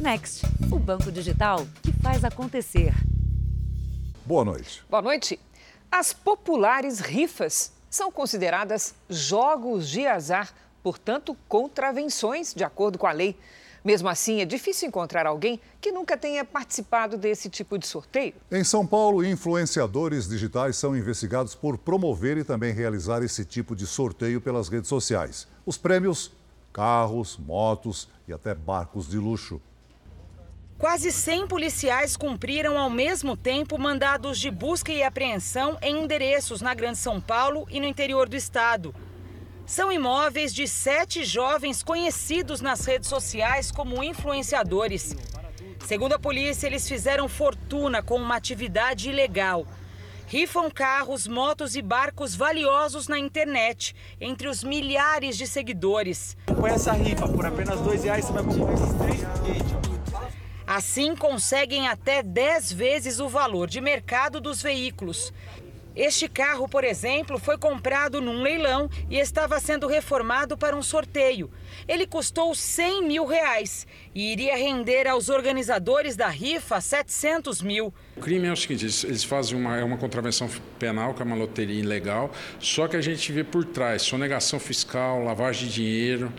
Next, o banco digital que faz acontecer. Boa noite. Boa noite. As populares rifas são consideradas jogos de azar, portanto, contravenções de acordo com a lei. Mesmo assim, é difícil encontrar alguém que nunca tenha participado desse tipo de sorteio. Em São Paulo, influenciadores digitais são investigados por promover e também realizar esse tipo de sorteio pelas redes sociais. Os prêmios, carros, motos e até barcos de luxo. Quase 100 policiais cumpriram ao mesmo tempo mandados de busca e apreensão em endereços na Grande São Paulo e no interior do estado. São imóveis de 7 jovens conhecidos nas redes sociais como influenciadores. Segundo a polícia, eles fizeram fortuna com uma atividade ilegal. Rifam carros, motos e barcos valiosos na internet, entre os milhares de seguidores. Com essa rifa, por apenas R$2, você vai comprar esses 3 foguetes. Assim, conseguem até 10 vezes o valor de mercado dos veículos. Este carro, por exemplo, foi comprado num leilão e estava sendo reformado para um sorteio. Ele custou R$100 mil e iria render aos organizadores da rifa 700 mil. O crime é o seguinte, eles fazem uma contravenção penal, que é uma loteria ilegal, só que a gente vê por trás sonegação fiscal, lavagem de dinheiro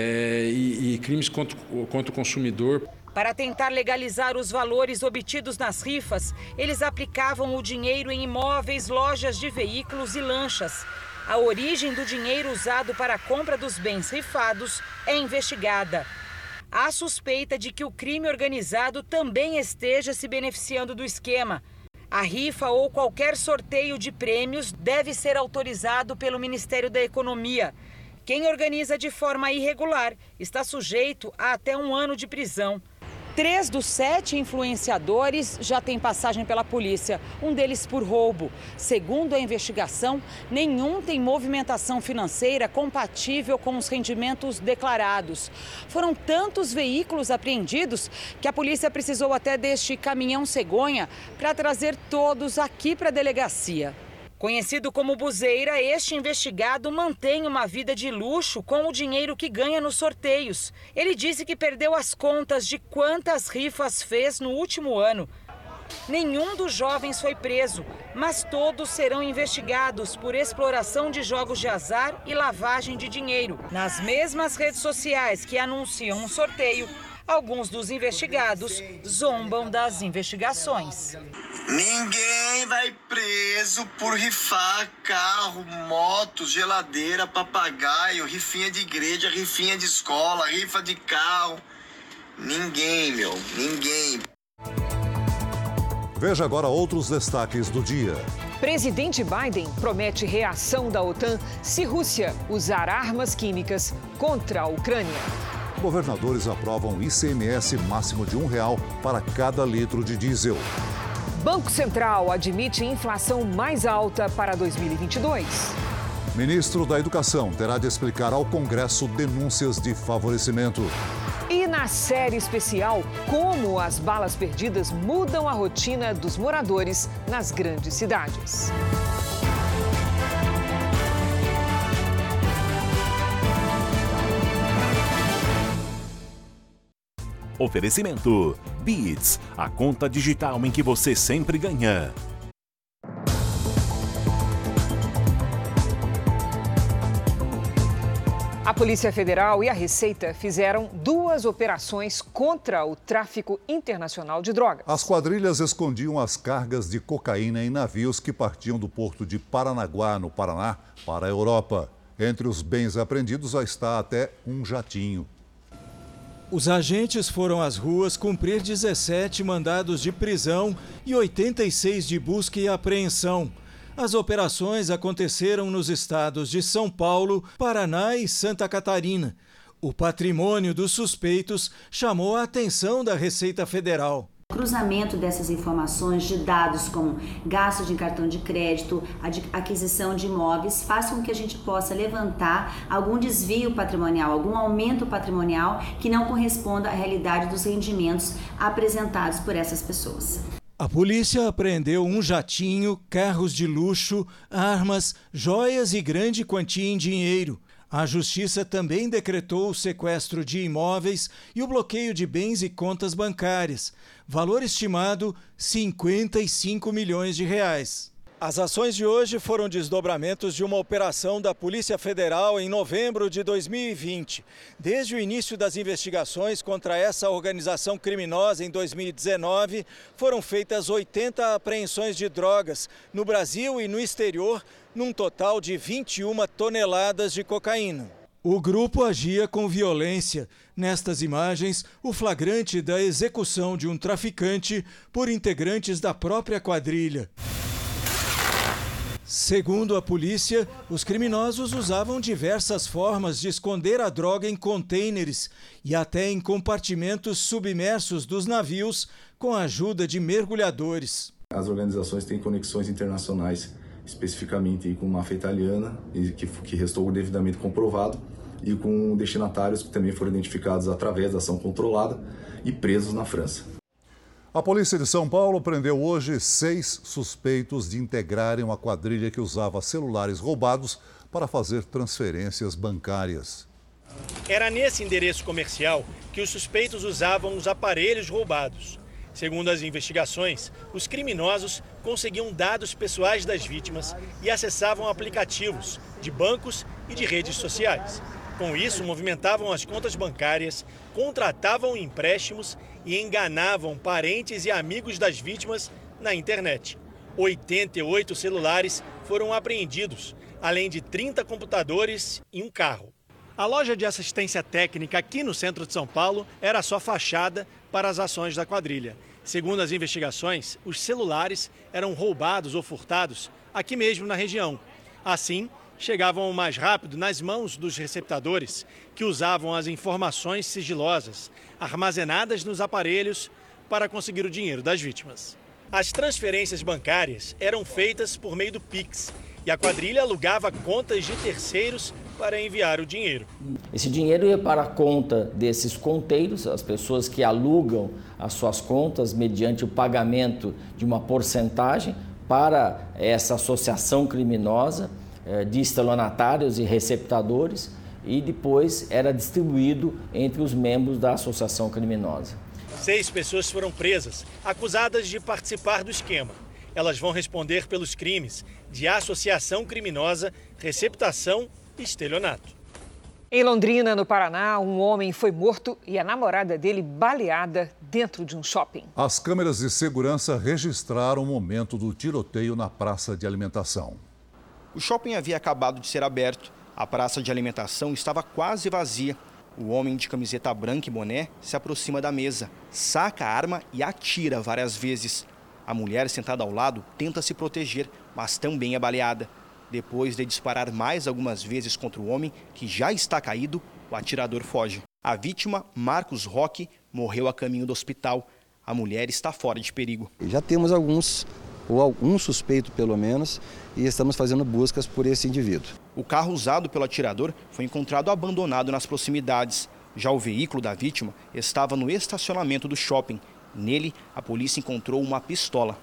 e crimes contra o consumidor. Para tentar legalizar os valores obtidos nas rifas, eles aplicavam o dinheiro em imóveis, lojas de veículos e lanchas. A origem do dinheiro usado para a compra dos bens rifados é investigada. Há suspeita de que o crime organizado também esteja se beneficiando do esquema. A rifa ou qualquer sorteio de prêmios deve ser autorizado pelo Ministério da Economia. Quem organiza de forma irregular está sujeito a até 1 ano de prisão. 3 dos 7 influenciadores já têm passagem pela polícia, um deles por roubo. Segundo a investigação, nenhum tem movimentação financeira compatível com os rendimentos declarados. Foram tantos veículos apreendidos que a polícia precisou até deste caminhão cegonha para trazer todos aqui para a delegacia. Conhecido como Buzeira, este investigado mantém uma vida de luxo com o dinheiro que ganha nos sorteios. Ele disse que perdeu as contas de quantas rifas fez no último ano. Nenhum dos jovens foi preso, mas todos serão investigados por exploração de jogos de azar e lavagem de dinheiro. Nas mesmas redes sociais que anunciam um sorteio, alguns dos investigados zombam das investigações. Ninguém vai preso por rifar carro, moto, geladeira, papagaio, rifinha de igreja, rifinha de escola, rifa de carro. Ninguém. Veja agora outros destaques do dia. Presidente Biden promete reação da OTAN se Rússia usar armas químicas contra a Ucrânia. Governadores aprovam ICMS máximo de R$1 para cada litro de diesel. Banco Central admite inflação mais alta para 2022. Ministro da Educação terá de explicar ao Congresso denúncias de favorecimento. E na série especial, como as balas perdidas mudam a rotina dos moradores nas grandes cidades. Oferecimento Beats, a conta digital em que você sempre ganha. A Polícia Federal e a Receita fizeram 2 operações contra o tráfico internacional de drogas. As quadrilhas escondiam as cargas de cocaína em navios que partiam do porto de Paranaguá, no Paraná, para a Europa. Entre os bens apreendidos já está até um jatinho. Os agentes foram às ruas cumprir 17 mandados de prisão e 86 de busca e apreensão. As operações aconteceram nos estados de São Paulo, Paraná e Santa Catarina. O patrimônio dos suspeitos chamou a atenção da Receita Federal. Cruzamento dessas informações de dados como gasto de cartão de crédito, aquisição de imóveis, faz com que a gente possa levantar algum desvio patrimonial, algum aumento patrimonial que não corresponda à realidade dos rendimentos apresentados por essas pessoas. A polícia apreendeu um jatinho, carros de luxo, armas, joias e grande quantia em dinheiro. A Justiça também decretou o sequestro de imóveis e o bloqueio de bens e contas bancárias. Valor estimado, 55 milhões de reais. As ações de hoje foram desdobramentos de uma operação da Polícia Federal em novembro de 2020. Desde o início das investigações contra essa organização criminosa em 2019, foram feitas 80 apreensões de drogas no Brasil e no exterior, num total de 21 toneladas de cocaína. O grupo agia com violência. Nestas imagens, o flagrante da execução de um traficante por integrantes da própria quadrilha. Segundo a polícia, os criminosos usavam diversas formas de esconder a droga em contêineres e até em compartimentos submersos dos navios com a ajuda de mergulhadores. As organizações têm conexões internacionais, especificamente com máfia italiana, que restou devidamente comprovado, e com destinatários que também foram identificados através da ação controlada e presos na França. A polícia de São Paulo prendeu hoje 6 suspeitos de integrarem uma quadrilha que usava celulares roubados para fazer transferências bancárias. Era nesse endereço comercial que os suspeitos usavam os aparelhos roubados. Segundo as investigações, os criminosos conseguiam dados pessoais das vítimas e acessavam aplicativos de bancos e de redes sociais. Com isso, movimentavam as contas bancárias, contratavam empréstimos e enganavam parentes e amigos das vítimas na internet. 88 celulares foram apreendidos, além de 30 computadores e um carro. A loja de assistência técnica aqui no centro de São Paulo era só fachada para as ações da quadrilha. Segundo as investigações, os celulares eram roubados ou furtados aqui mesmo na região. Assim, chegavam mais rápido nas mãos dos receptadores, que usavam as informações sigilosas armazenadas nos aparelhos para conseguir o dinheiro das vítimas. As transferências bancárias eram feitas por meio do Pix e a quadrilha alugava contas de terceiros para enviar o dinheiro. Esse dinheiro ia para a conta desses conteiros, as pessoas que alugam as suas contas mediante o pagamento de uma porcentagem para essa associação criminosa de estelionatários e receptadores, e depois era distribuído entre os membros da associação criminosa. 6 pessoas foram presas, acusadas de participar do esquema. Elas vão responder pelos crimes de associação criminosa, receptação e estelionato. Em Londrina, no Paraná, um homem foi morto e a namorada dele baleada dentro de um shopping. As câmeras de segurança registraram o momento do tiroteio na praça de alimentação. O shopping havia acabado de ser aberto. A praça de alimentação estava quase vazia. O homem de camiseta branca e boné se aproxima da mesa, saca a arma e atira várias vezes. A mulher sentada ao lado tenta se proteger, mas também é baleada. Depois de disparar mais algumas vezes contra o homem, que já está caído, o atirador foge. A vítima, Marcos Roque, morreu a caminho do hospital. A mulher está fora de perigo. Já temos algum suspeito pelo menos, e estamos fazendo buscas por esse indivíduo. O carro usado pelo atirador foi encontrado abandonado nas proximidades. Já o veículo da vítima estava no estacionamento do shopping. Nele, a polícia encontrou uma pistola.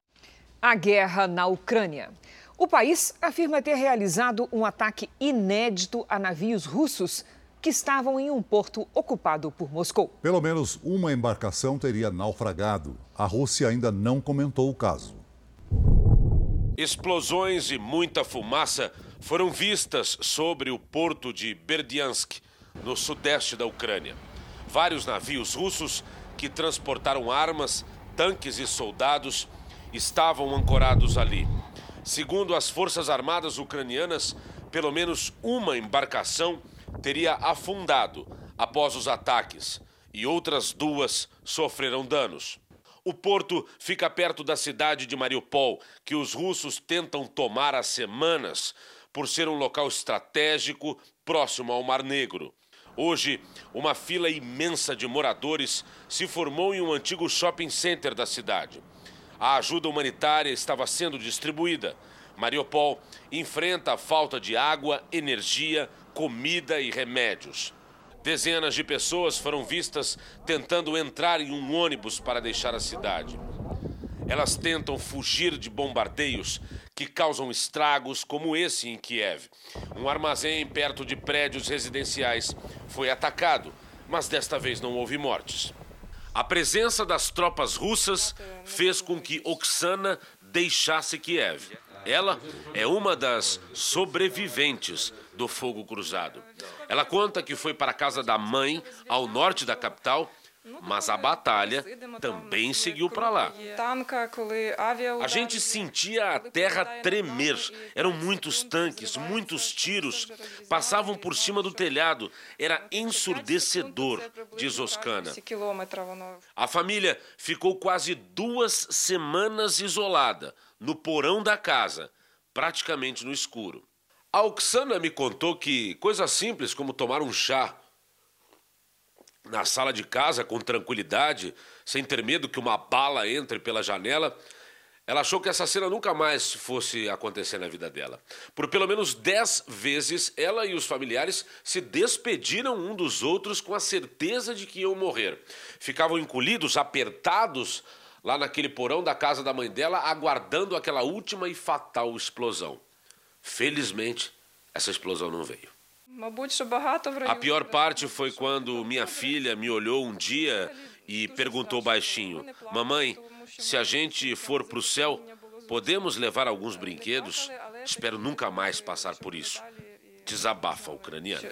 A guerra na Ucrânia. O país afirma ter realizado um ataque inédito a navios russos que estavam em um porto ocupado por Moscou. Pelo menos uma embarcação teria naufragado. A Rússia ainda não comentou o caso. Explosões e muita fumaça foram vistas sobre o porto de Berdiansk, no sudeste da Ucrânia. Vários navios russos que transportaram armas, tanques e soldados estavam ancorados ali. Segundo as Forças Armadas ucranianas, pelo menos uma embarcação teria afundado após os ataques e outras 2 sofreram danos. O porto fica perto da cidade de Mariupol, que os russos tentam tomar há semanas por ser um local estratégico próximo ao Mar Negro. Hoje, uma fila imensa de moradores se formou em um antigo shopping center da cidade. A ajuda humanitária estava sendo distribuída. Mariupol enfrenta a falta de água, energia, comida e remédios. Dezenas de pessoas foram vistas tentando entrar em um ônibus para deixar a cidade. Elas tentam fugir de bombardeios que causam estragos como esse em Kiev. Um armazém perto de prédios residenciais foi atacado, mas desta vez não houve mortes. A presença das tropas russas fez com que Oksana deixasse Kiev. Ela é uma das sobreviventes do fogo cruzado. Ela conta que foi para a casa da mãe, ao norte da capital, mas a batalha também seguiu para lá. A gente sentia a terra tremer. Eram muitos tanques, muitos tiros. Passavam por cima do telhado. Era ensurdecedor, diz Oksana. A família ficou quase 2 semanas isolada, no porão da casa, praticamente no escuro. A Oksana me contou que coisas simples como tomar um chá na sala de casa com tranquilidade, sem ter medo que uma bala entre pela janela, ela achou que essa cena nunca mais fosse acontecer na vida dela. Por pelo menos 10 vezes, ela e os familiares se despediram um dos outros com a certeza de que iam morrer. Ficavam encolhidos, apertados, lá naquele porão da casa da mãe dela, aguardando aquela última e fatal explosão. Felizmente, essa explosão não veio. A pior parte foi quando minha filha me olhou um dia e perguntou baixinho: mamãe, se a gente for para o céu, podemos levar alguns brinquedos? Espero nunca mais passar por isso. Desabafa a ucraniana.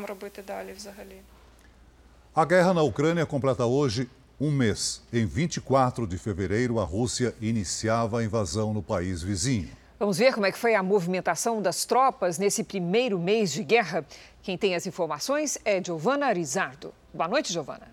A guerra na Ucrânia completa hoje um mês. Em 24 de fevereiro, a Rússia iniciava a invasão no país vizinho. Vamos ver como é que foi a movimentação das tropas nesse primeiro mês de guerra. Quem tem as informações é Giovana Rizardo. Boa noite, Giovana.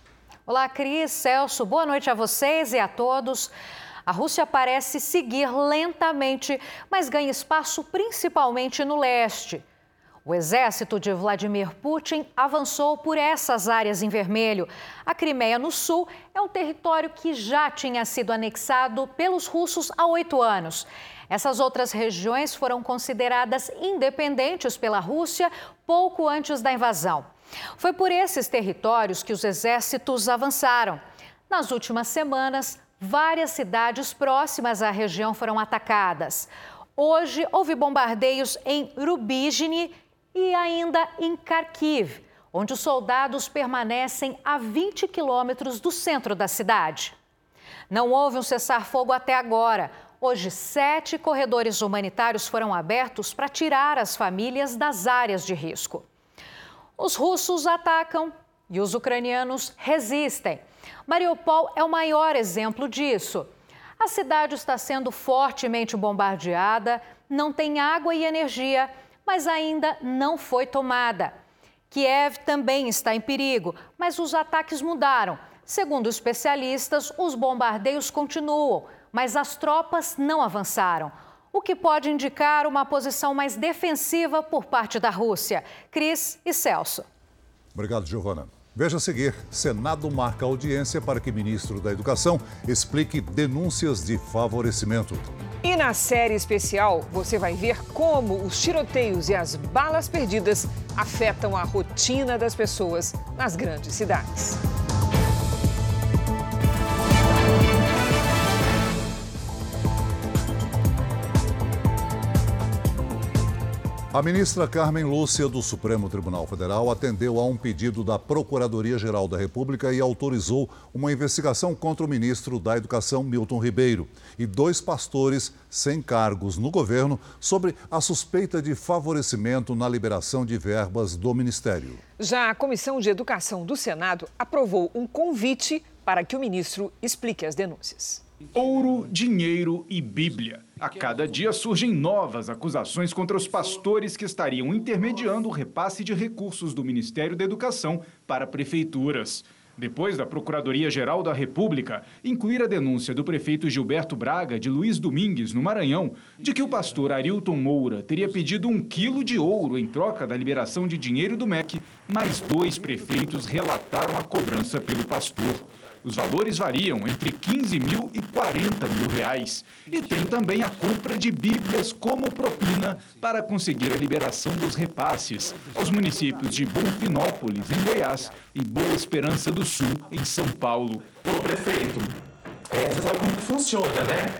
Olá, Cris, Celso. Boa noite a vocês e a todos. A Rússia parece seguir lentamente, mas ganha espaço principalmente no leste. O exército de Vladimir Putin avançou por essas áreas em vermelho. A Crimeia, no sul, é um território que já tinha sido anexado pelos russos há 8 anos. Essas outras regiões foram consideradas independentes pela Rússia pouco antes da invasão. Foi por esses territórios que os exércitos avançaram. Nas últimas semanas, várias cidades próximas à região foram atacadas. Hoje, houve bombardeios em Rubizhny e ainda em Kharkiv, onde os soldados permanecem a 20 quilômetros do centro da cidade. Não houve um cessar-fogo até agora. Hoje, 7 corredores humanitários foram abertos para tirar as famílias das áreas de risco. Os russos atacam e os ucranianos resistem. Mariupol é o maior exemplo disso. A cidade está sendo fortemente bombardeada, não tem água e energia, mas ainda não foi tomada. Kiev também está em perigo, mas os ataques mudaram. Segundo especialistas, os bombardeios continuam, mas as tropas não avançaram, o que pode indicar uma posição mais defensiva por parte da Rússia. Cris e Celso. Obrigado, Giovana. Veja a seguir: Senado marca audiência para que ministro da Educação explique denúncias de favorecimento. E na série especial, você vai ver como os tiroteios e as balas perdidas afetam a rotina das pessoas nas grandes cidades. A ministra Carmen Lúcia, do Supremo Tribunal Federal, atendeu a um pedido da Procuradoria-Geral da República e autorizou uma investigação contra o ministro da Educação, Milton Ribeiro, e 2 pastores sem cargos no governo sobre a suspeita de favorecimento na liberação de verbas do ministério. Já a Comissão de Educação do Senado aprovou um convite para que o ministro explique as denúncias. Ouro, dinheiro e Bíblia. A cada dia surgem novas acusações contra os pastores que estariam intermediando o repasse de recursos do Ministério da Educação para prefeituras. Depois da Procuradoria-Geral da República incluir a denúncia do prefeito Gilberto Braga de Luiz Domingues, no Maranhão, de que o pastor Arilton Moura teria pedido 1 quilo de ouro em troca da liberação de dinheiro do MEC, mais 2 prefeitos relataram a cobrança pelo pastor. Os valores variam entre 15 mil e 40 mil reais. E tem também a compra de bíblias como propina para conseguir a liberação dos repasses aos municípios de Bonfinópolis, em Goiás, e Boa Esperança do Sul, em São Paulo. Ô prefeito, você sabe como funciona, né?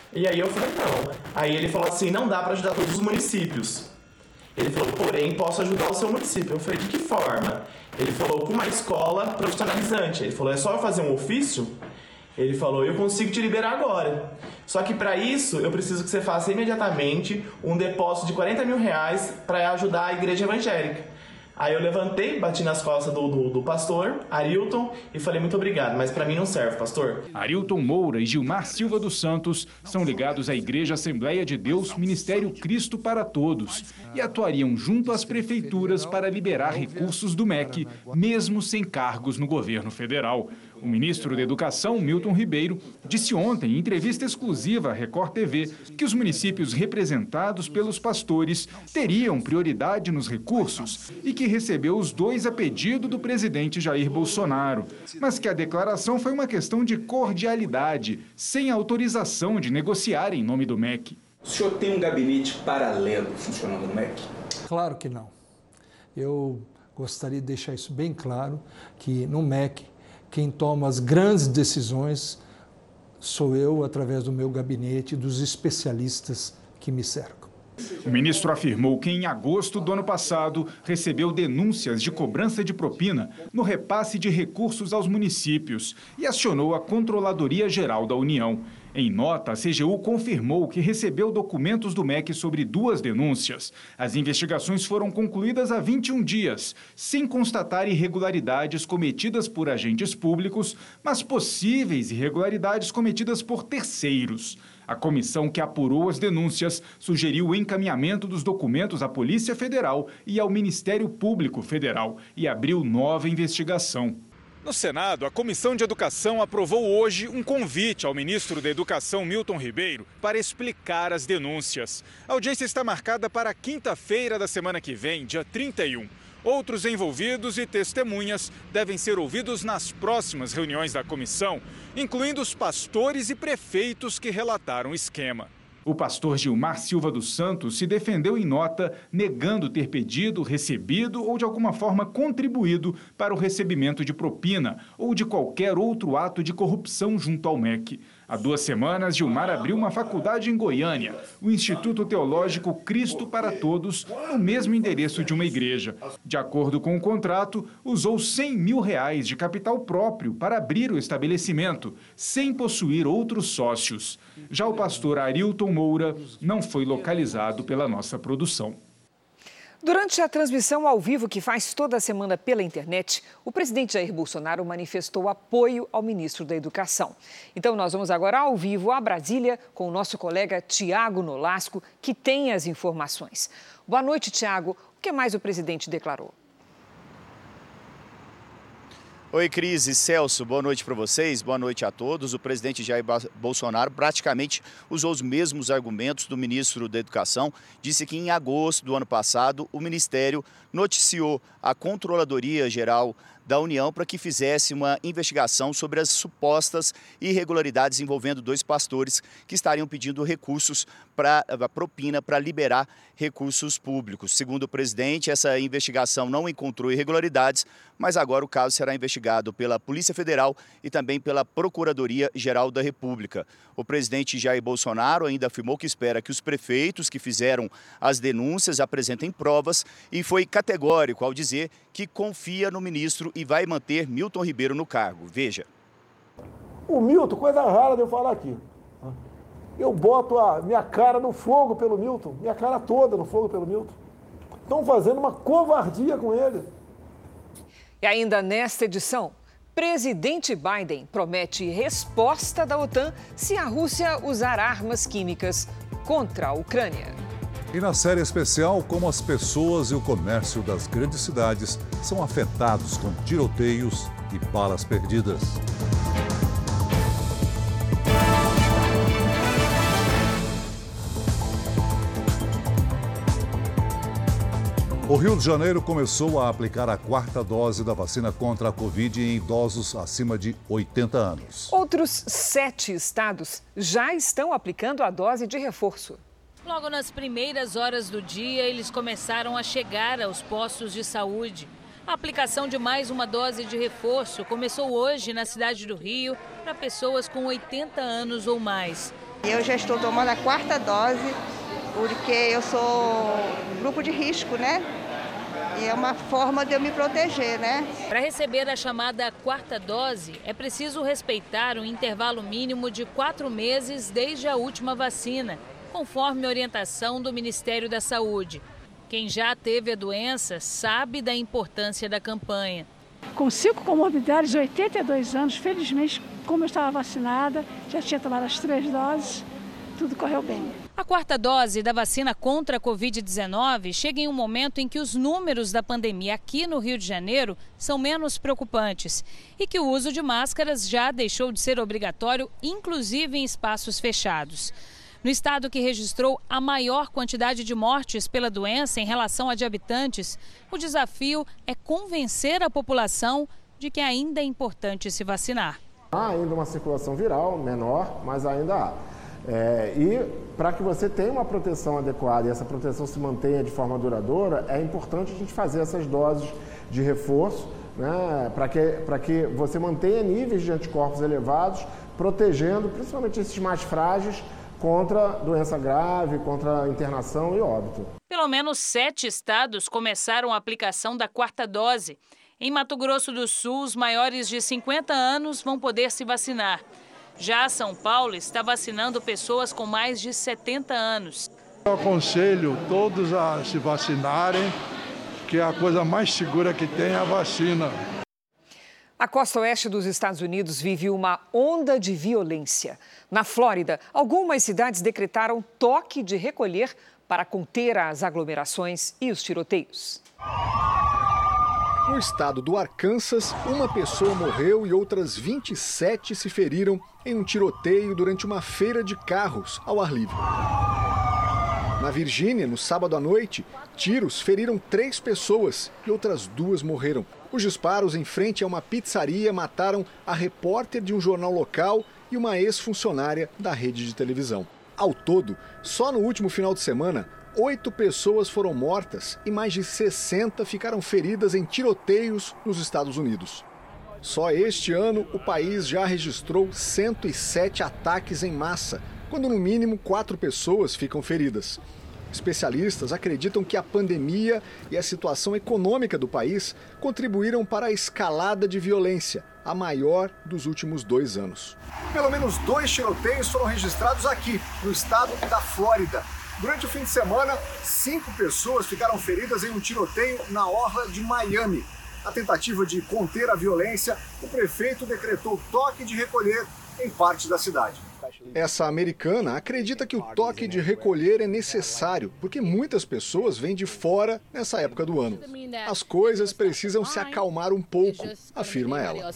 E aí eu falei, não. Aí ele falou assim, não dá para ajudar todos os municípios. Ele falou, porém, posso ajudar o seu município. Eu falei, de que forma? Ele falou, com uma escola profissionalizante. Ele falou, é só eu fazer um ofício? Ele falou, eu consigo te liberar agora. Só que para isso, eu preciso que você faça imediatamente um depósito de R$40 mil para ajudar a igreja evangélica. Aí eu levantei, bati nas costas do pastor, Arilton, e falei, muito obrigado, mas para mim não serve, pastor. Arilton Moura e Gilmar Silva dos Santos são ligados à Igreja Assembleia de Deus Ministério Cristo para Todos e atuariam junto às prefeituras para liberar recursos do MEC, mesmo sem cargos no governo federal. O ministro da Educação, Milton Ribeiro, disse ontem, em entrevista exclusiva à Record TV, que os municípios representados pelos pastores teriam prioridade nos recursos e que recebeu os dois a pedido do presidente Jair Bolsonaro, mas que a declaração foi uma questão de cordialidade, sem autorização de negociar em nome do MEC. O senhor tem um gabinete paralelo funcionando no MEC? Claro que não. Eu gostaria de deixar isso bem claro, que no MEC, quem toma as grandes decisões sou eu, através do meu gabinete e dos especialistas que me cercam. O ministro afirmou que em agosto do ano passado recebeu denúncias de cobrança de propina no repasse de recursos aos municípios e acionou a Controladoria Geral da União. Em nota, a CGU confirmou que recebeu documentos do MEC sobre 2 denúncias. As investigações foram concluídas há 21 dias, sem constatar irregularidades cometidas por agentes públicos, mas possíveis irregularidades cometidas por terceiros. A comissão que apurou as denúncias sugeriu o encaminhamento dos documentos à Polícia Federal e ao Ministério Público Federal e abriu nova investigação. No Senado, a Comissão de Educação aprovou hoje um convite ao ministro da Educação, Milton Ribeiro, para explicar as denúncias. A audiência está marcada para quinta-feira da semana que vem, dia 31. Outros envolvidos e testemunhas devem ser ouvidos nas próximas reuniões da comissão, incluindo os pastores e prefeitos que relataram o esquema. O pastor Gilmar Silva dos Santos se defendeu em nota, negando ter pedido, recebido ou de alguma forma contribuído para o recebimento de propina ou de qualquer outro ato de corrupção junto ao MEC. Há 2 semanas, Gilmar abriu uma faculdade em Goiânia, o Instituto Teológico Cristo para Todos, no mesmo endereço de uma igreja. De acordo com o contrato, usou R$100 mil de capital próprio para abrir o estabelecimento, sem possuir outros sócios. Já o pastor Arilton Moura não foi localizado pela nossa produção. Durante a transmissão ao vivo que faz toda semana pela internet, o presidente Jair Bolsonaro manifestou apoio ao ministro da Educação. Então, nós vamos agora ao vivo a Brasília com o nosso colega Tiago Nolasco, que tem as informações. Boa noite, Tiago. O que mais o presidente declarou? Oi, Cris e Celso, boa noite para vocês, boa noite a todos. O presidente Jair Bolsonaro praticamente usou os mesmos argumentos do ministro da Educação. Disse que em agosto do ano passado o Ministério noticiou a Controladoria Geral da União para que fizesse uma investigação sobre as supostas irregularidades envolvendo 2 pastores que estariam pedindo recursos para propina para liberar recursos públicos. Segundo o presidente, essa investigação não encontrou irregularidades, mas agora o caso será investigado pela Polícia Federal e também pela Procuradoria Geral da República. O presidente Jair Bolsonaro ainda afirmou que espera que os prefeitos que fizeram as denúncias apresentem provas e foi categórico ao dizer que confia no ministro e vai manter Milton Ribeiro no cargo. Veja. O Milton, coisa rara de eu falar aqui. Eu boto a minha cara no fogo pelo Milton, minha cara toda no fogo pelo Milton. Estão fazendo uma covardia com ele. E ainda nesta edição, presidente Biden promete resposta da OTAN se a Rússia usar armas químicas contra a Ucrânia. E na série especial, como as pessoas e o comércio das grandes cidades são afetados com tiroteios e balas perdidas. O Rio de Janeiro começou a aplicar a 4ª dose da vacina contra a Covid em idosos acima de 80 anos. Outros 7 estados já estão aplicando a dose de reforço. Logo nas primeiras horas do dia, eles começaram a chegar aos postos de saúde. A aplicação de mais uma dose de reforço começou hoje na cidade do Rio para pessoas com 80 anos ou mais. Eu já estou tomando a 4ª dose, porque eu sou grupo de risco, né? E é uma forma de eu me proteger, né? Para receber a chamada 4ª dose, é preciso respeitar um intervalo mínimo de 4 meses desde a última vacina, conforme a orientação do Ministério da Saúde. Quem já teve a doença sabe da importância da campanha. Com 5 comorbidades, 82 anos, felizmente, como eu estava vacinada, já tinha tomado as 3 doses, tudo correu bem. A 4ª dose da vacina contra a Covid-19 chega em um momento em que os números da pandemia aqui no Rio de Janeiro são menos preocupantes e que o uso de máscaras já deixou de ser obrigatório, inclusive em espaços fechados. No estado que registrou a maior quantidade de mortes pela doença em relação a de habitantes, o desafio é convencer a população de que ainda é importante se vacinar. Há ainda uma circulação viral menor, mas ainda há. E para que você tenha uma proteção adequada e essa proteção se mantenha de forma duradoura, é importante a gente fazer essas doses de reforço, né, para que você mantenha níveis de anticorpos elevados, protegendo principalmente esses mais frágeis contra doença grave, contra internação e óbito. Pelo menos 7 estados começaram a aplicação da 4ª dose. Em Mato Grosso do Sul, os maiores de 50 anos vão poder se vacinar. Já São Paulo está vacinando pessoas com mais de 70 anos. Eu aconselho todos a se vacinarem, que a coisa mais segura que tem é a vacina. A costa oeste dos Estados Unidos vive uma onda de violência. Na Flórida, algumas cidades decretaram toque de recolher para conter as aglomerações e os tiroteios. No estado do Arkansas, uma pessoa morreu e outras 27 se feriram em um tiroteio durante uma feira de carros ao ar livre. Na Virgínia, no sábado à noite, tiros feriram 3 pessoas e outras 2 morreram. Os disparos em frente a uma pizzaria mataram a repórter de um jornal local e uma ex-funcionária da rede de televisão. Ao todo, só no último final de semana, 8 pessoas foram mortas e mais de 60 ficaram feridas em tiroteios nos Estados Unidos. Só este ano, o país já registrou 107 ataques em massa, quando no mínimo 4 pessoas ficam feridas. Especialistas acreditam que a pandemia e a situação econômica do país contribuíram para a escalada de violência, a maior dos últimos 2 anos. Pelo menos 2 tiroteios foram registrados aqui, no estado da Flórida. Durante o fim de semana, 5 pessoas ficaram feridas em um tiroteio na orla de Miami. Na tentativa de conter a violência, o prefeito decretou toque de recolher em parte da cidade. Essa americana acredita que o toque de recolher é necessário, porque muitas pessoas vêm de fora nessa época do ano. As coisas precisam se acalmar um pouco, afirma ela.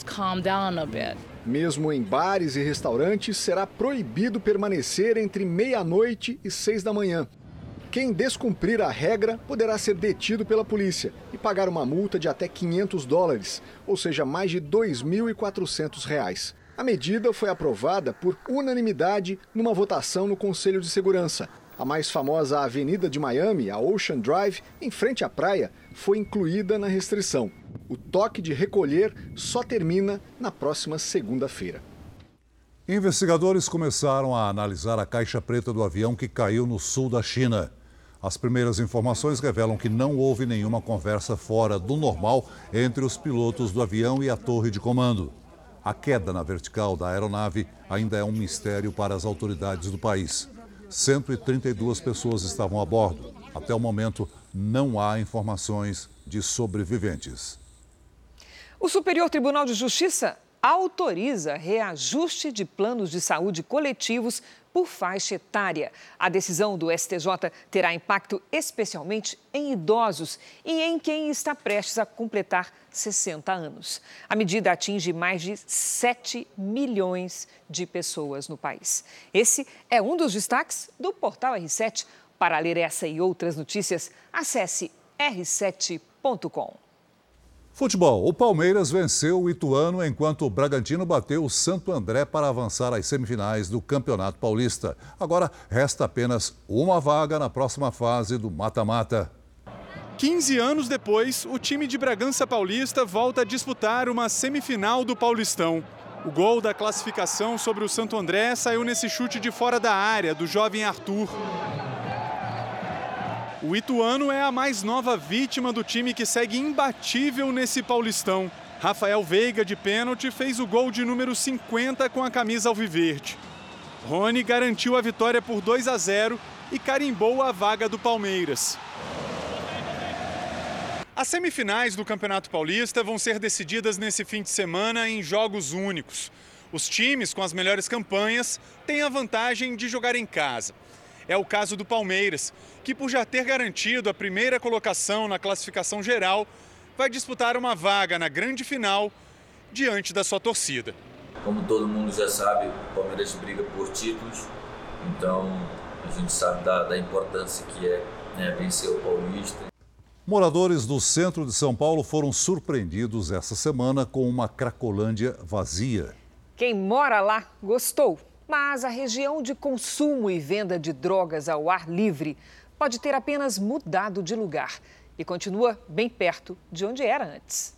Mesmo em bares e restaurantes, será proibido permanecer entre meia-noite e 6 da manhã. Quem descumprir a regra poderá ser detido pela polícia e pagar uma multa de até $500, ou seja, mais de R$ 2.400. A medida foi aprovada por unanimidade numa votação no Conselho de Segurança. A mais famosa avenida de Miami, a Ocean Drive, em frente à praia, foi incluída na restrição. O toque de recolher só termina na próxima segunda-feira. Investigadores começaram a analisar a caixa preta do avião que caiu no sul da China. As primeiras informações revelam que não houve nenhuma conversa fora do normal entre os pilotos do avião e a torre de comando. A queda na vertical da aeronave ainda é um mistério para as autoridades do país. 132 pessoas estavam a bordo. Até o momento, não há informações de sobreviventes. O Superior Tribunal de Justiça autoriza reajuste de planos de saúde coletivos por faixa etária. A decisão do STJ terá impacto especialmente em idosos e em quem está prestes a completar 60 anos. A medida atinge mais de 7 milhões de pessoas no país. Esse é um dos destaques do Portal R7. Para ler essa e outras notícias, acesse r7.com. Futebol. O Palmeiras venceu o Ituano enquanto o Bragantino bateu o Santo André para avançar às semifinais do Campeonato Paulista. Agora resta apenas uma vaga na próxima fase do mata-mata. 15 anos depois, o time de Bragança Paulista volta a disputar uma semifinal do Paulistão. O gol da classificação sobre o Santo André saiu nesse chute de fora da área do jovem Arthur. O ituano é a mais nova vítima do time que segue imbatível nesse Paulistão. Rafael Veiga, de pênalti, fez o gol de número 50 com a camisa alviverde. Rony garantiu a vitória por 2-0 e carimbou a vaga do Palmeiras. As semifinais do Campeonato Paulista vão ser decididas nesse fim de semana em jogos únicos. Os times com as melhores campanhas têm a vantagem de jogar em casa. É o caso do Palmeiras, que por já ter garantido a primeira colocação na classificação geral, vai disputar uma vaga na grande final diante da sua torcida. Como todo mundo já sabe, o Palmeiras briga por títulos, então a gente sabe da importância que é, vencer o Paulista. Moradores do centro de São Paulo foram surpreendidos essa semana com uma Cracolândia vazia. Quem mora lá gostou, mas a região de consumo e venda de drogas ao ar livre pode ter apenas mudado de lugar e continua bem perto de onde era antes.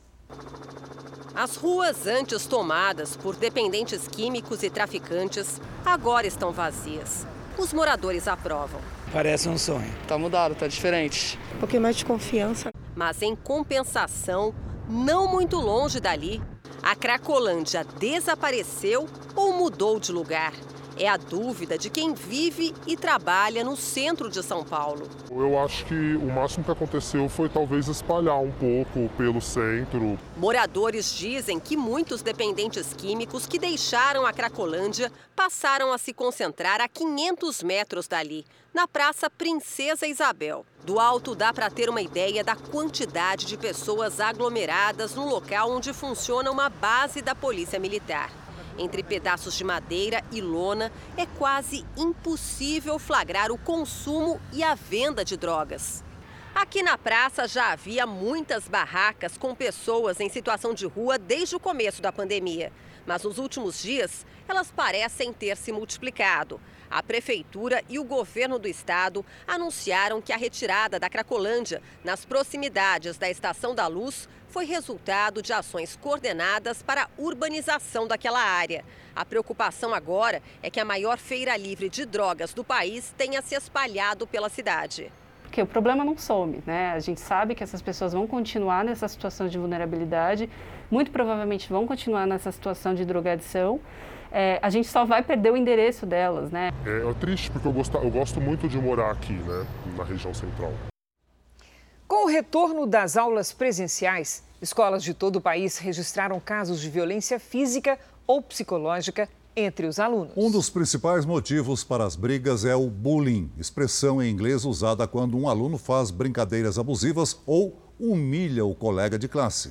As ruas antes tomadas por dependentes químicos e traficantes agora estão vazias. Os moradores aprovam. Parece um sonho. Tá mudado, tá diferente. Um pouquinho mais de confiança. Mas em compensação, não muito longe dali, a Cracolândia desapareceu ou mudou de lugar. É a dúvida de quem vive e trabalha no centro de São Paulo. Eu acho que o máximo que aconteceu foi talvez espalhar um pouco pelo centro. Moradores dizem que muitos dependentes químicos que deixaram a Cracolândia passaram a se concentrar a 500 metros dali, na Praça Princesa Isabel. Do alto dá para ter uma ideia da quantidade de pessoas aglomeradas no local onde funciona uma base da Polícia Militar. Entre pedaços de madeira e lona, é quase impossível flagrar o consumo e a venda de drogas. Aqui na praça já havia muitas barracas com pessoas em situação de rua desde o começo da pandemia. Mas nos últimos dias, elas parecem ter se multiplicado. A Prefeitura e o governo do estado anunciaram que a retirada da Cracolândia nas proximidades da Estação da Luz foi resultado de ações coordenadas para a urbanização daquela área. A preocupação agora é que a maior feira livre de drogas do país tenha se espalhado pela cidade. Porque o problema não some, né? A gente sabe que essas pessoas vão continuar nessa situação de vulnerabilidade, muito provavelmente vão continuar nessa situação de drogadição. A gente só vai perder o endereço delas, né? É triste porque eu gosto muito de morar aqui, né, na região central. Com o retorno das aulas presenciais, escolas de todo o país registraram casos de violência física ou psicológica entre os alunos. Um dos principais motivos para as brigas é o bullying, expressão em inglês usada quando um aluno faz brincadeiras abusivas ou humilha o colega de classe.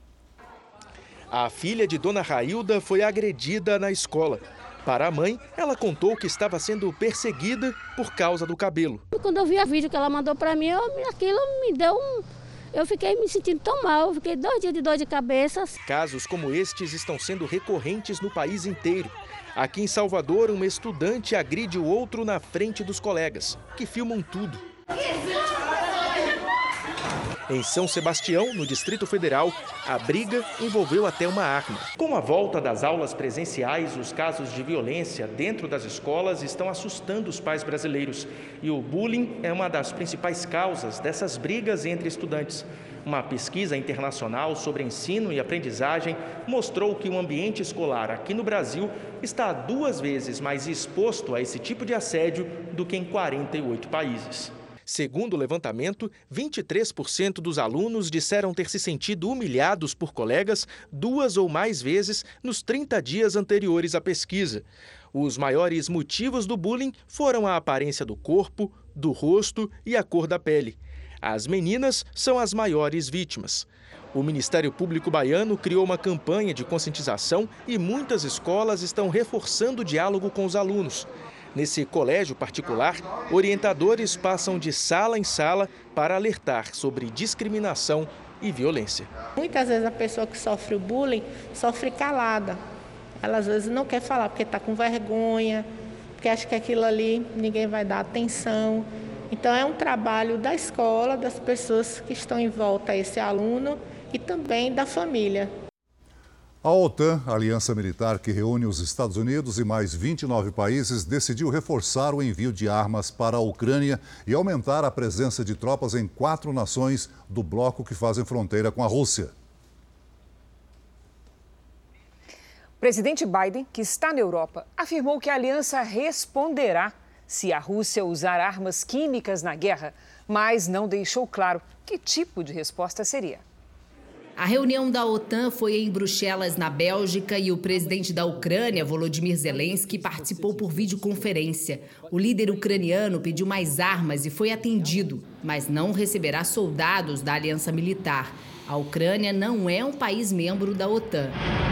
A filha de Dona Railda foi agredida na escola. Para a mãe, ela contou que estava sendo perseguida por causa do cabelo. Quando eu vi o vídeo que ela mandou para mim, aquilo me deu Eu fiquei me sentindo tão mal, eu fiquei 2 dias de dor de cabeça. Casos como estes estão sendo recorrentes no país inteiro. Aqui em Salvador, um estudante agride o outro na frente dos colegas, que filmam tudo. Em São Sebastião, no Distrito Federal, a briga envolveu até uma arma. Com a volta das aulas presenciais, os casos de violência dentro das escolas estão assustando os pais brasileiros. E o bullying é uma das principais causas dessas brigas entre estudantes. Uma pesquisa internacional sobre ensino e aprendizagem mostrou que o ambiente escolar aqui no Brasil está 2 vezes mais exposto a esse tipo de assédio do que em 48 países. Segundo o levantamento, 23% dos alunos disseram ter se sentido humilhados por colegas 2 ou mais vezes nos 30 dias anteriores à pesquisa. Os maiores motivos do bullying foram a aparência do corpo, do rosto e a cor da pele. As meninas são as maiores vítimas. O Ministério Público Baiano criou uma campanha de conscientização e muitas escolas estão reforçando o diálogo com os alunos. Nesse colégio particular, orientadores passam de sala em sala para alertar sobre discriminação e violência. Muitas vezes a pessoa que sofre o bullying sofre calada. Ela às vezes não quer falar porque está com vergonha, porque acha que aquilo ali ninguém vai dar atenção. Então é um trabalho da escola, das pessoas que estão em volta a esse aluno e também da família. A OTAN, a aliança militar que reúne os Estados Unidos e mais 29 países, decidiu reforçar o envio de armas para a Ucrânia e aumentar a presença de tropas em 4 nações do bloco que fazem fronteira com a Rússia. O presidente Biden, que está na Europa, afirmou que a aliança responderá se a Rússia usar armas químicas na guerra, mas não deixou claro que tipo de resposta seria. A reunião da OTAN foi em Bruxelas, na Bélgica, e o presidente da Ucrânia, Volodymyr Zelensky, participou por videoconferência. O líder ucraniano pediu mais armas e foi atendido, mas não receberá soldados da aliança militar. A Ucrânia não é um país membro da OTAN.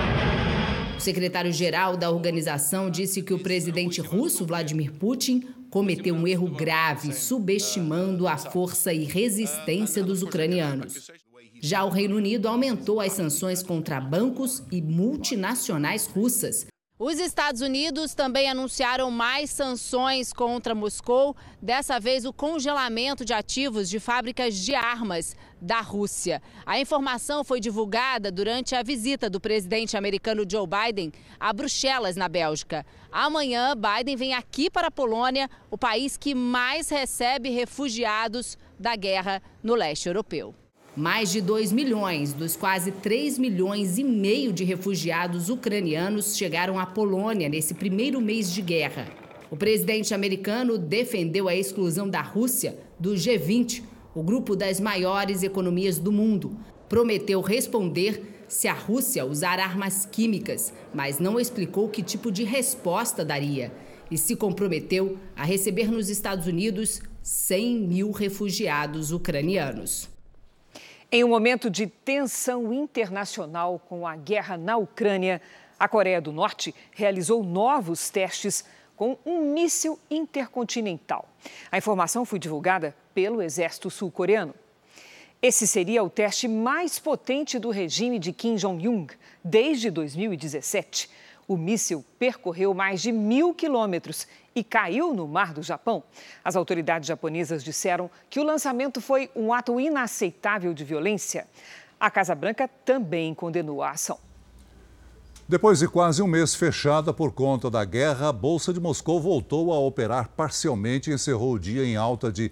O secretário-geral da organização disse que o presidente russo, Vladimir Putin, cometeu um erro grave, subestimando a força e resistência dos ucranianos. Já o Reino Unido aumentou as sanções contra bancos e multinacionais russas. Os Estados Unidos também anunciaram mais sanções contra Moscou, dessa vez o congelamento de ativos de fábricas de armas da Rússia. A informação foi divulgada durante a visita do presidente americano Joe Biden a Bruxelas, na Bélgica. Amanhã, Biden vem aqui para a Polônia, o país que mais recebe refugiados da guerra no leste europeu. Mais de 2 milhões dos quase 3,5 milhões de refugiados ucranianos chegaram à Polônia nesse primeiro mês de guerra. O presidente americano defendeu a exclusão da Rússia do G20, o grupo das maiores economias do mundo. Prometeu responder se a Rússia usar armas químicas, mas não explicou que tipo de resposta daria. E se comprometeu a receber nos Estados Unidos 100 mil refugiados ucranianos. Em um momento de tensão internacional com a guerra na Ucrânia, a Coreia do Norte realizou novos testes com um míssil intercontinental. A informação foi divulgada pelo Exército Sul-Coreano. Esse seria o teste mais potente do regime de Kim Jong-un desde 2017. O míssil percorreu mais de 1.000 quilômetros e caiu no mar do Japão. As autoridades japonesas disseram que o lançamento foi um ato inaceitável de violência. A Casa Branca também condenou a ação. Depois de quase um mês fechada por conta da guerra, a Bolsa de Moscou voltou a operar parcialmente e encerrou o dia em alta de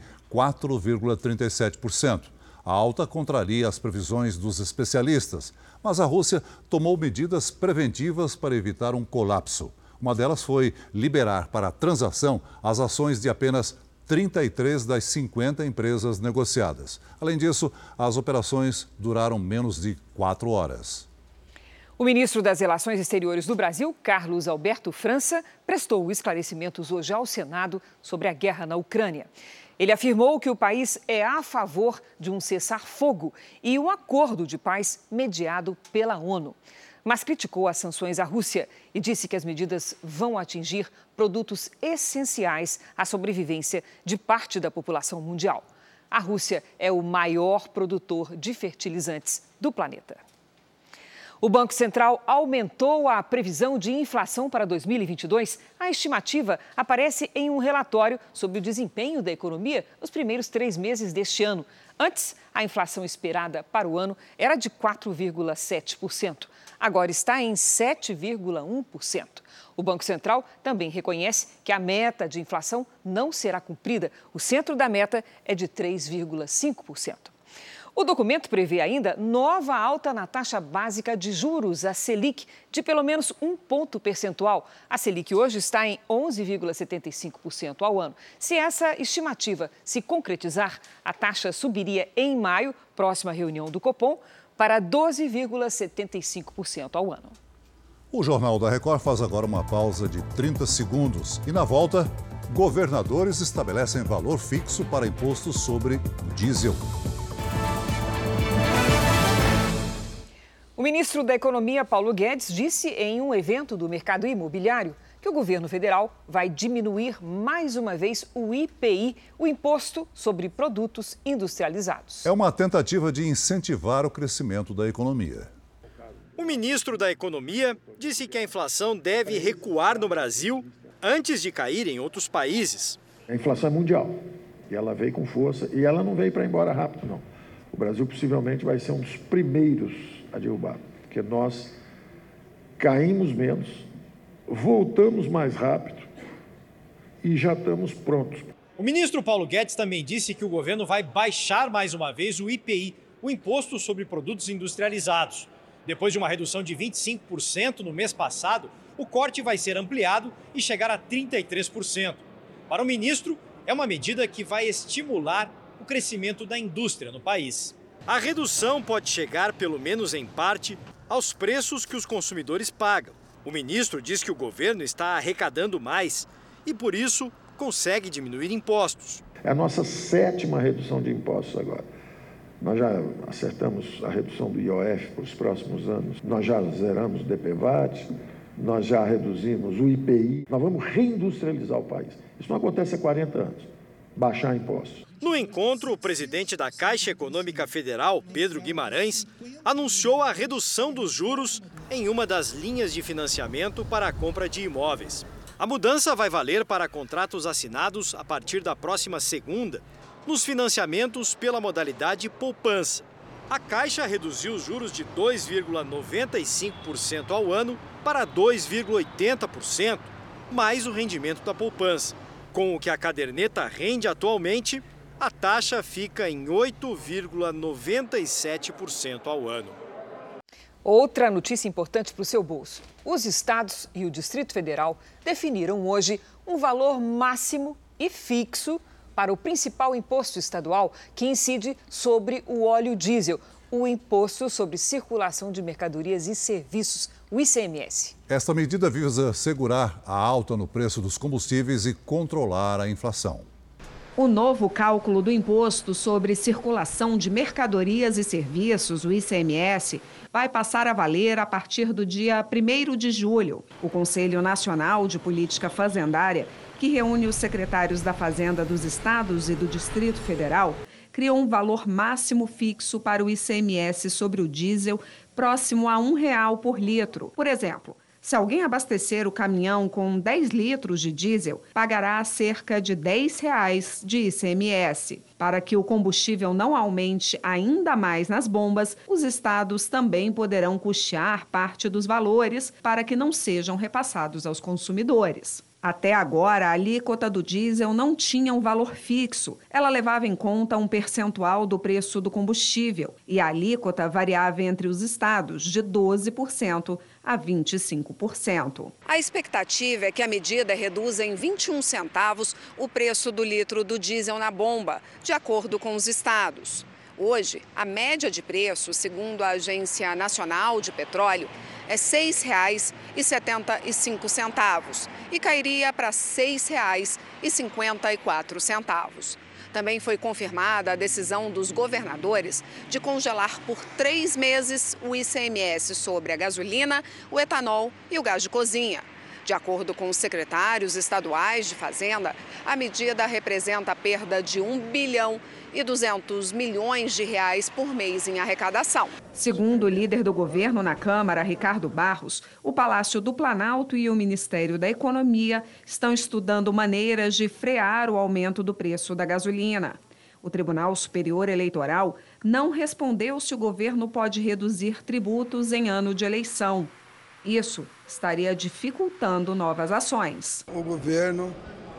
4,37%. A alta contraria as previsões dos especialistas, mas a Rússia tomou medidas preventivas para evitar um colapso. Uma delas foi liberar para a transação as ações de apenas 33 das 50 empresas negociadas. Além disso, as operações duraram menos de 4 horas. O ministro das Relações Exteriores do Brasil, Carlos Alberto França, prestou esclarecimentos hoje ao Senado sobre a guerra na Ucrânia. Ele afirmou que o país é a favor de um cessar-fogo e um acordo de paz mediado pela ONU. Mas criticou as sanções à Rússia e disse que as medidas vão atingir produtos essenciais à sobrevivência de parte da população mundial. A Rússia é o maior produtor de fertilizantes do planeta. O Banco Central aumentou a previsão de inflação para 2022. A estimativa aparece em um relatório sobre o desempenho da economia nos primeiros 3 meses deste ano. Antes, a inflação esperada para o ano era de 4,7%. Agora está em 7,1%. O Banco Central também reconhece que a meta de inflação não será cumprida. O centro da meta é de 3,5%. O documento prevê ainda nova alta na taxa básica de juros, a Selic, de pelo menos 1 ponto percentual. A Selic hoje está em 11,75% ao ano. Se essa estimativa se concretizar, a taxa subiria em maio, próxima reunião do Copom, para 12,75% ao ano. O Jornal da Record faz agora uma pausa de 30 segundos. E na volta, governadores estabelecem valor fixo para imposto sobre o diesel. O ministro da Economia, Paulo Guedes, disse em um evento do mercado imobiliário que o governo federal vai diminuir mais uma vez o IPI, o Imposto sobre Produtos Industrializados. É uma tentativa de incentivar o crescimento da economia. O ministro da Economia disse que a inflação deve recuar no Brasil antes de cair em outros países. A inflação é mundial e ela veio com força e ela não veio para ir embora rápido, não. O Brasil possivelmente vai ser um dos primeiros a derrubar, porque nós caímos menos, voltamos mais rápido e já estamos prontos. O ministro Paulo Guedes também disse que o governo vai baixar mais uma vez o IPI, o Imposto sobre Produtos Industrializados. Depois de uma redução de 25% no mês passado, o corte vai ser ampliado e chegar a 33%. Para o ministro, é uma medida que vai estimular o crescimento da indústria no país. A redução pode chegar, pelo menos em parte, aos preços que os consumidores pagam. O ministro diz que o governo está arrecadando mais e, por isso, consegue diminuir impostos. É a nossa 7ª redução de impostos agora. Nós já acertamos a redução do IOF para os próximos anos, nós já zeramos o DPVAT, nós já reduzimos o IPI, nós vamos reindustrializar o país. Isso não acontece há 40 anos, baixar impostos. No encontro, o presidente da Caixa Econômica Federal, Pedro Guimarães, anunciou a redução dos juros em uma das linhas de financiamento para a compra de imóveis. A mudança vai valer para contratos assinados a partir da próxima segunda, nos financiamentos pela modalidade poupança. A Caixa reduziu os juros de 2,95% ao ano para 2,80%, mais o rendimento da poupança. Com o que a caderneta rende atualmente, a taxa fica em 8,97% ao ano. Outra notícia importante para o seu bolso. Os estados e o Distrito Federal definiram hoje um valor máximo e fixo para o principal imposto estadual que incide sobre o óleo diesel, o Imposto sobre Circulação de Mercadorias e Serviços, o ICMS. Esta medida visa segurar a alta no preço dos combustíveis e controlar a inflação. O novo cálculo do Imposto sobre Circulação de Mercadorias e Serviços, o ICMS, vai passar a valer a partir do dia 1º de julho. O Conselho Nacional de Política Fazendária, que reúne os secretários da Fazenda dos estados e do Distrito Federal, criou um valor máximo fixo para o ICMS sobre o diesel próximo a R$1 por litro. Por exemplo, se alguém abastecer o caminhão com 10 litros de diesel, pagará cerca de R$10 de ICMS. Para que o combustível não aumente ainda mais nas bombas, os estados também poderão custear parte dos valores para que não sejam repassados aos consumidores. Até agora, a alíquota do diesel não tinha um valor fixo. Ela levava em conta um percentual do preço do combustível e a alíquota variava entre os estados de 12% a 25%. A expectativa é que a medida reduza em 21 centavos o preço do litro do diesel na bomba, de acordo com os estados. Hoje, a média de preço, segundo a Agência Nacional de Petróleo, é R$ 6,75 e cairia para R$ 6,54. Também foi confirmada a decisão dos governadores de congelar por 3 meses o ICMS sobre a gasolina, o etanol e o gás de cozinha. De acordo com os secretários estaduais de Fazenda, a medida representa a perda de R$1 bilhão e 200 milhões de reais por mês em arrecadação. Segundo o líder do governo na Câmara, Ricardo Barros, o Palácio do Planalto e o Ministério da Economia estão estudando maneiras de frear o aumento do preço da gasolina. O Tribunal Superior Eleitoral não respondeu se o governo pode reduzir tributos em ano de eleição. Isso estaria dificultando novas ações. O governo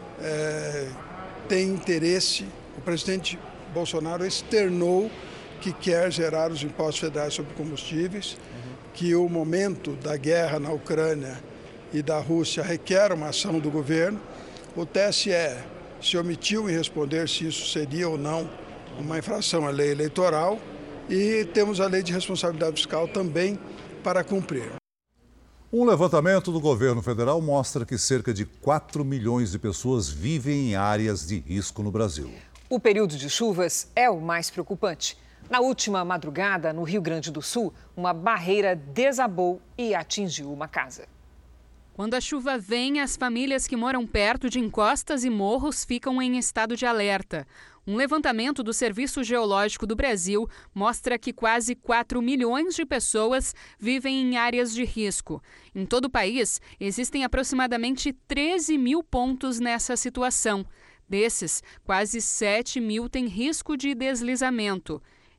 tem interesse, o presidente Bolsonaro externou que quer zerar os impostos federais sobre combustíveis, que o momento da guerra na Ucrânia e da Rússia requer uma ação do governo. O TSE se omitiu em responder se isso seria ou não uma infração à lei eleitoral e temos a lei de responsabilidade fiscal também para cumprir. Um levantamento do governo federal mostra que cerca de 4 milhões de pessoas vivem em áreas de risco no Brasil. O período de chuvas é o mais preocupante. Na última madrugada, no Rio Grande do Sul, uma barreira desabou e atingiu uma casa. Quando a chuva vem, as famílias que moram perto de encostas e morros ficam em estado de alerta. Um levantamento do Serviço Geológico do Brasil mostra que quase 4 milhões de pessoas vivem em áreas de risco. Em todo o país, existem aproximadamente 13 mil pontos nessa situação. Desses, quase 7 mil têm risco de deslizamento.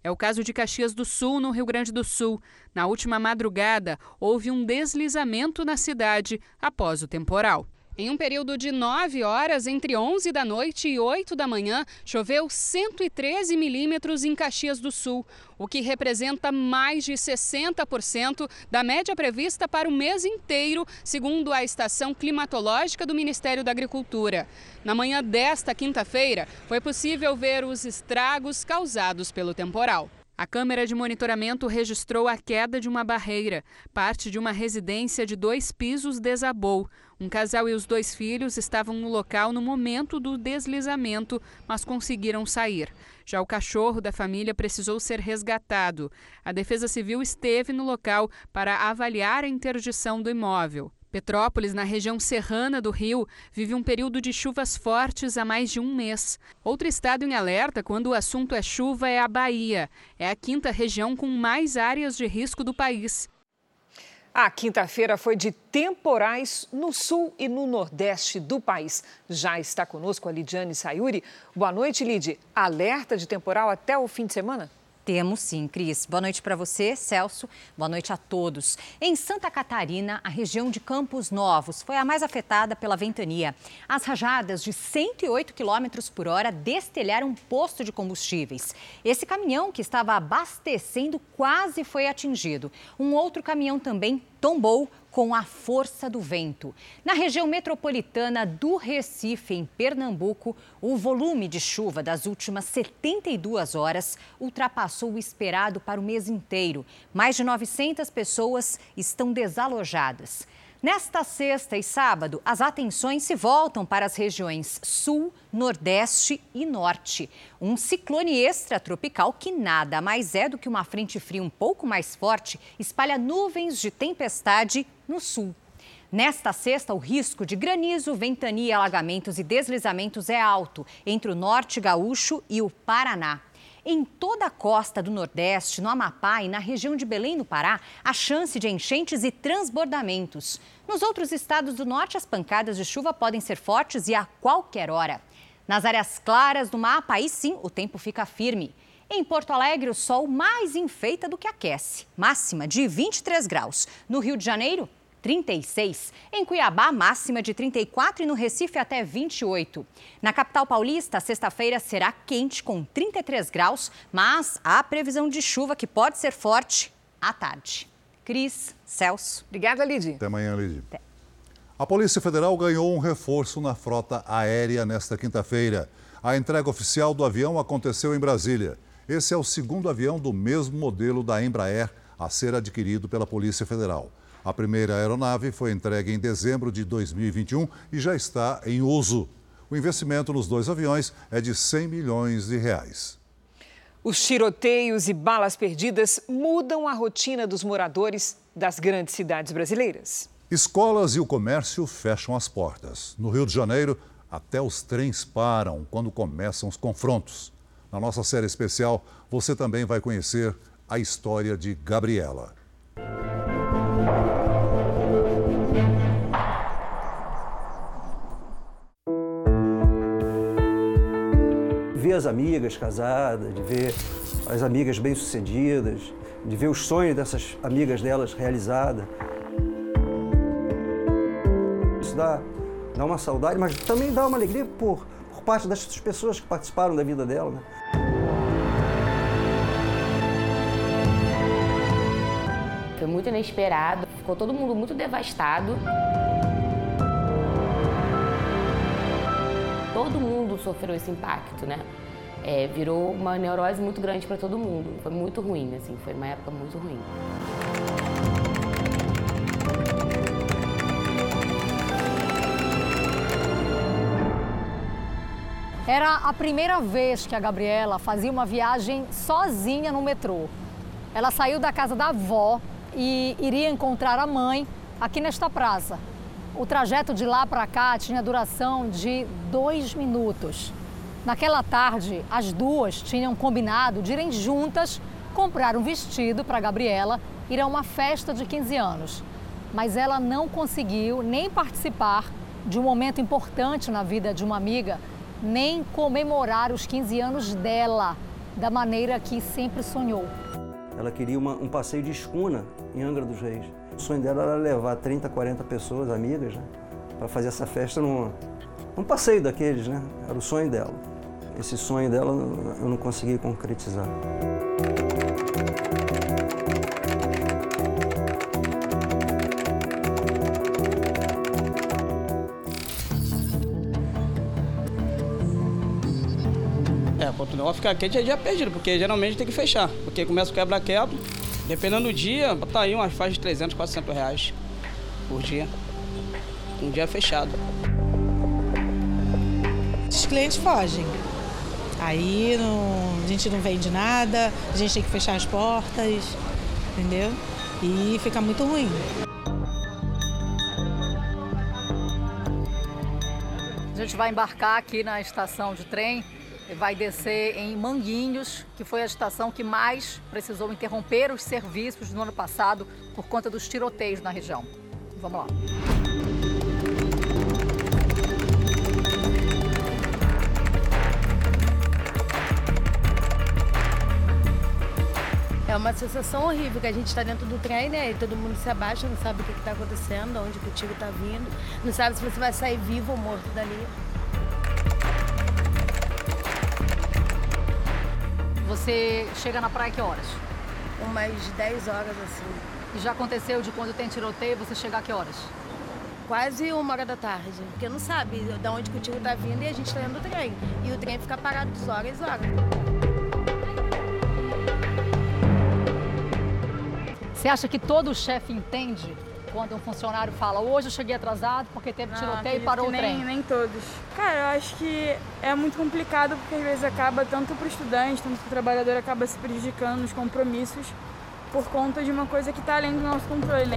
É o caso de Caxias do Sul, no Rio Grande do Sul. Na última madrugada, houve um deslizamento na cidade após o temporal. Em um período de 9 horas, entre 11 da noite e 8 da manhã, choveu 113 milímetros em Caxias do Sul, o que representa mais de 60% da média prevista para o mês inteiro, segundo a estação climatológica do Ministério da Agricultura. Na manhã desta quinta-feira, foi possível ver os estragos causados pelo temporal. A câmera de monitoramento registrou a queda de uma barreira. Parte de uma residência de 2 pisos desabou. Um casal e os 2 filhos estavam no local no momento do deslizamento, mas conseguiram sair. Já o cachorro da família precisou ser resgatado. A Defesa Civil esteve no local para avaliar a interdição do imóvel. Petrópolis, na região serrana do Rio, vive um período de chuvas fortes há mais de um mês. Outro estado em alerta quando o assunto é chuva é a Bahia. É a 5ª região com mais áreas de risco do país. A quinta-feira foi de temporais no sul e no nordeste do país. Já está conosco a Lidiane Sayuri. Boa noite, Lid. Alerta de temporal até o fim de semana? Temos sim, Cris. Boa noite para você, Celso. Boa noite a todos. Em Santa Catarina, a região de Campos Novos foi a mais afetada pela ventania. As rajadas de 108 km por hora destelharam um posto de combustíveis. Esse caminhão que estava abastecendo quase foi atingido. Um outro caminhão também tombou com a força do vento. Na região metropolitana do Recife, em Pernambuco, o volume de chuva das últimas 72 horas ultrapassou o esperado para o mês inteiro. Mais de 900 pessoas estão desalojadas. Nesta sexta e sábado, as atenções se voltam para as regiões Sul, Nordeste e Norte. Um ciclone extratropical que nada mais é do que uma frente fria um pouco mais forte espalha nuvens de tempestade no sul. Nesta sexta, o risco de granizo, ventania, alagamentos e deslizamentos é alto entre o norte gaúcho e o Paraná. Em toda a costa do Nordeste, no Amapá e na região de Belém, no Pará, há chance de enchentes e transbordamentos. Nos outros estados do norte, as pancadas de chuva podem ser fortes e a qualquer hora. Nas áreas claras do mapa, aí sim, o tempo fica firme. Em Porto Alegre, o sol mais enfeita do que aquece. Máxima de 23 graus. No Rio de Janeiro, 36. Em Cuiabá, máxima de 34 e no Recife até 28. Na capital paulista, sexta-feira será quente com 33 graus, mas há previsão de chuva que pode ser forte à tarde. Cris, Celso. Obrigada, Lidy. Até amanhã, Lidy. A Polícia Federal ganhou um reforço na frota aérea nesta quinta-feira. A entrega oficial do avião aconteceu em Brasília. Esse é o 2º avião do mesmo modelo da Embraer a ser adquirido pela Polícia Federal. A primeira aeronave foi entregue em dezembro de 2021 e já está em uso. O investimento nos 2 aviões é de R$100 milhões. Os tiroteios e balas perdidas mudam a rotina dos moradores das grandes cidades brasileiras. Escolas e o comércio fecham as portas. No Rio de Janeiro, até os trens param quando começam os confrontos. Na nossa série especial, você também vai conhecer a história de Gabriela. Ver as amigas casadas, de ver as amigas bem-sucedidas, de ver os sonhos dessas amigas delas realizados. Isso dá uma saudade, mas também dá uma alegria por parte dessas pessoas que participaram da vida dela, né? Foi muito inesperado, ficou todo mundo muito devastado. Todo mundo sofreu esse impacto, né? Virou uma neurose muito grande para todo mundo. Foi muito ruim, assim, foi uma época muito ruim. Era a primeira vez que a Gabriela fazia uma viagem sozinha no metrô. Ela saiu da casa da avó e iria encontrar a mãe aqui nesta praça. O trajeto de lá para cá tinha duração de 2 minutos. Naquela tarde, as duas tinham combinado de irem juntas comprar um vestido para a Gabriela ir a uma festa de 15 anos. Mas ela não conseguiu nem participar de um momento importante na vida de uma amiga, nem comemorar os 15 anos dela. da maneira que sempre sonhou. Ela queria um passeio de escuna em Angra dos Reis. O sonho dela era levar 30, 40 pessoas, amigas, né, para fazer essa festa num passeio daqueles, né? Era o sonho dela. Esse sonho dela eu não consegui concretizar. Ponto Nova ficar quente é dia perdido, porque geralmente tem que fechar. Porque começa o quebra-quebra, dependendo do dia, tá aí umas faixas de 300, 400 reais por dia. Um dia fechado. Os clientes fogem. Aí a gente não vende nada, a gente tem que fechar as portas, entendeu? E fica muito ruim. A gente vai embarcar aqui na estação de trem e vai descer em Manguinhos, que foi a estação que mais precisou interromper os serviços no ano passado por conta dos tiroteios na região. Vamos lá. É uma sensação horrível, que a gente está dentro do trem, né? E todo mundo se abaixa, não sabe o que está acontecendo, onde o tiro está vindo, não sabe se você vai sair vivo ou morto dali. Você chega na praia que horas? Umas 10 horas, assim. E já aconteceu de quando tem tiroteio, você chegar a que horas? Quase 1h da tarde, porque não sabe de onde o tiro está vindo e a gente está dentro do trem. E o trem fica parado horas e horas. Você acha que todo chefe entende quando um funcionário fala hoje eu cheguei atrasado porque teve tiroteio e parou o trem? Nem todos. Cara, eu acho que é muito complicado porque às vezes acaba, tanto para o estudante, tanto para o trabalhador, acaba se prejudicando nos compromissos por conta de uma coisa que está além do nosso controle.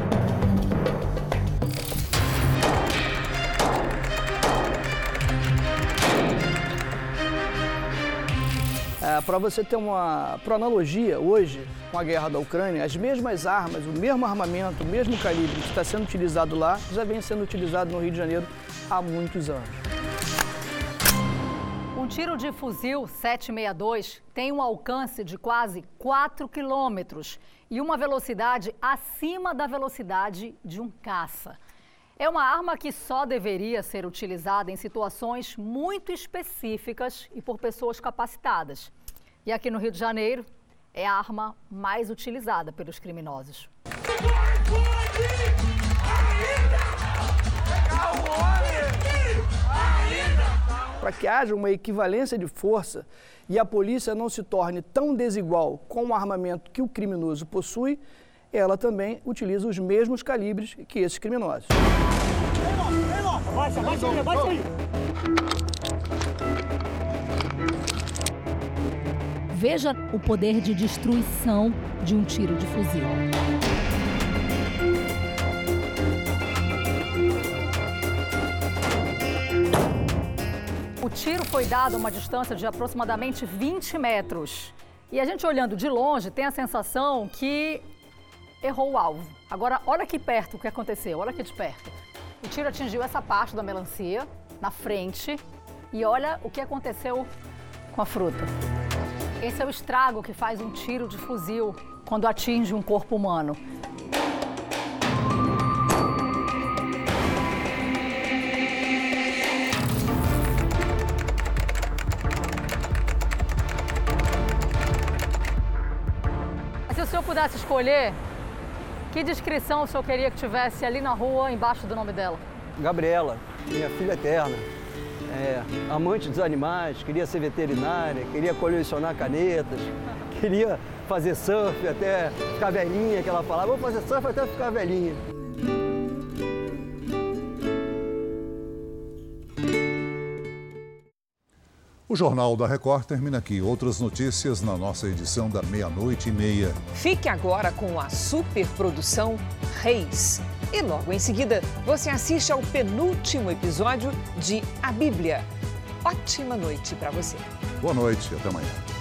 Para você ter por analogia, hoje, com a guerra da Ucrânia, as mesmas armas, o mesmo armamento, o mesmo calibre que está sendo utilizado lá, já vem sendo utilizado no Rio de Janeiro há muitos anos. Um tiro de fuzil 762 tem um alcance de quase 4 quilômetros e uma velocidade acima da velocidade de um caça. É uma arma que só deveria ser utilizada em situações muito específicas e por pessoas capacitadas. E aqui no Rio de Janeiro, é a arma mais utilizada pelos criminosos. Para que haja uma equivalência de força e a polícia não se torne tão desigual com o armamento que o criminoso possui, ela também utiliza os mesmos calibres que esses criminosos. Abaixa aí. Veja o poder de destruição de um tiro de fuzil. O tiro foi dado a uma distância de aproximadamente 20 metros. E a gente olhando de longe tem a sensação que errou o alvo. Agora, olha aqui perto o que aconteceu, olha aqui de perto. O tiro atingiu essa parte da melancia, na frente, e olha o que aconteceu com a fruta. Esse é o estrago que faz um tiro de fuzil quando atinge um corpo humano. Mas se o senhor pudesse escolher, que descrição o senhor queria que tivesse ali na rua, embaixo do nome dela? Gabriela, minha filha eterna. Amante dos animais, queria ser veterinária, queria colecionar canetas, queria fazer surf até ficar velhinha, que ela falava, vou fazer surf até ficar velhinha. O Jornal da Record termina aqui. Outras notícias na nossa edição da 00:30. Fique agora com a superprodução Reis. E logo em seguida, você assiste ao penúltimo episódio de A Bíblia. Ótima noite para você. Boa noite, até amanhã.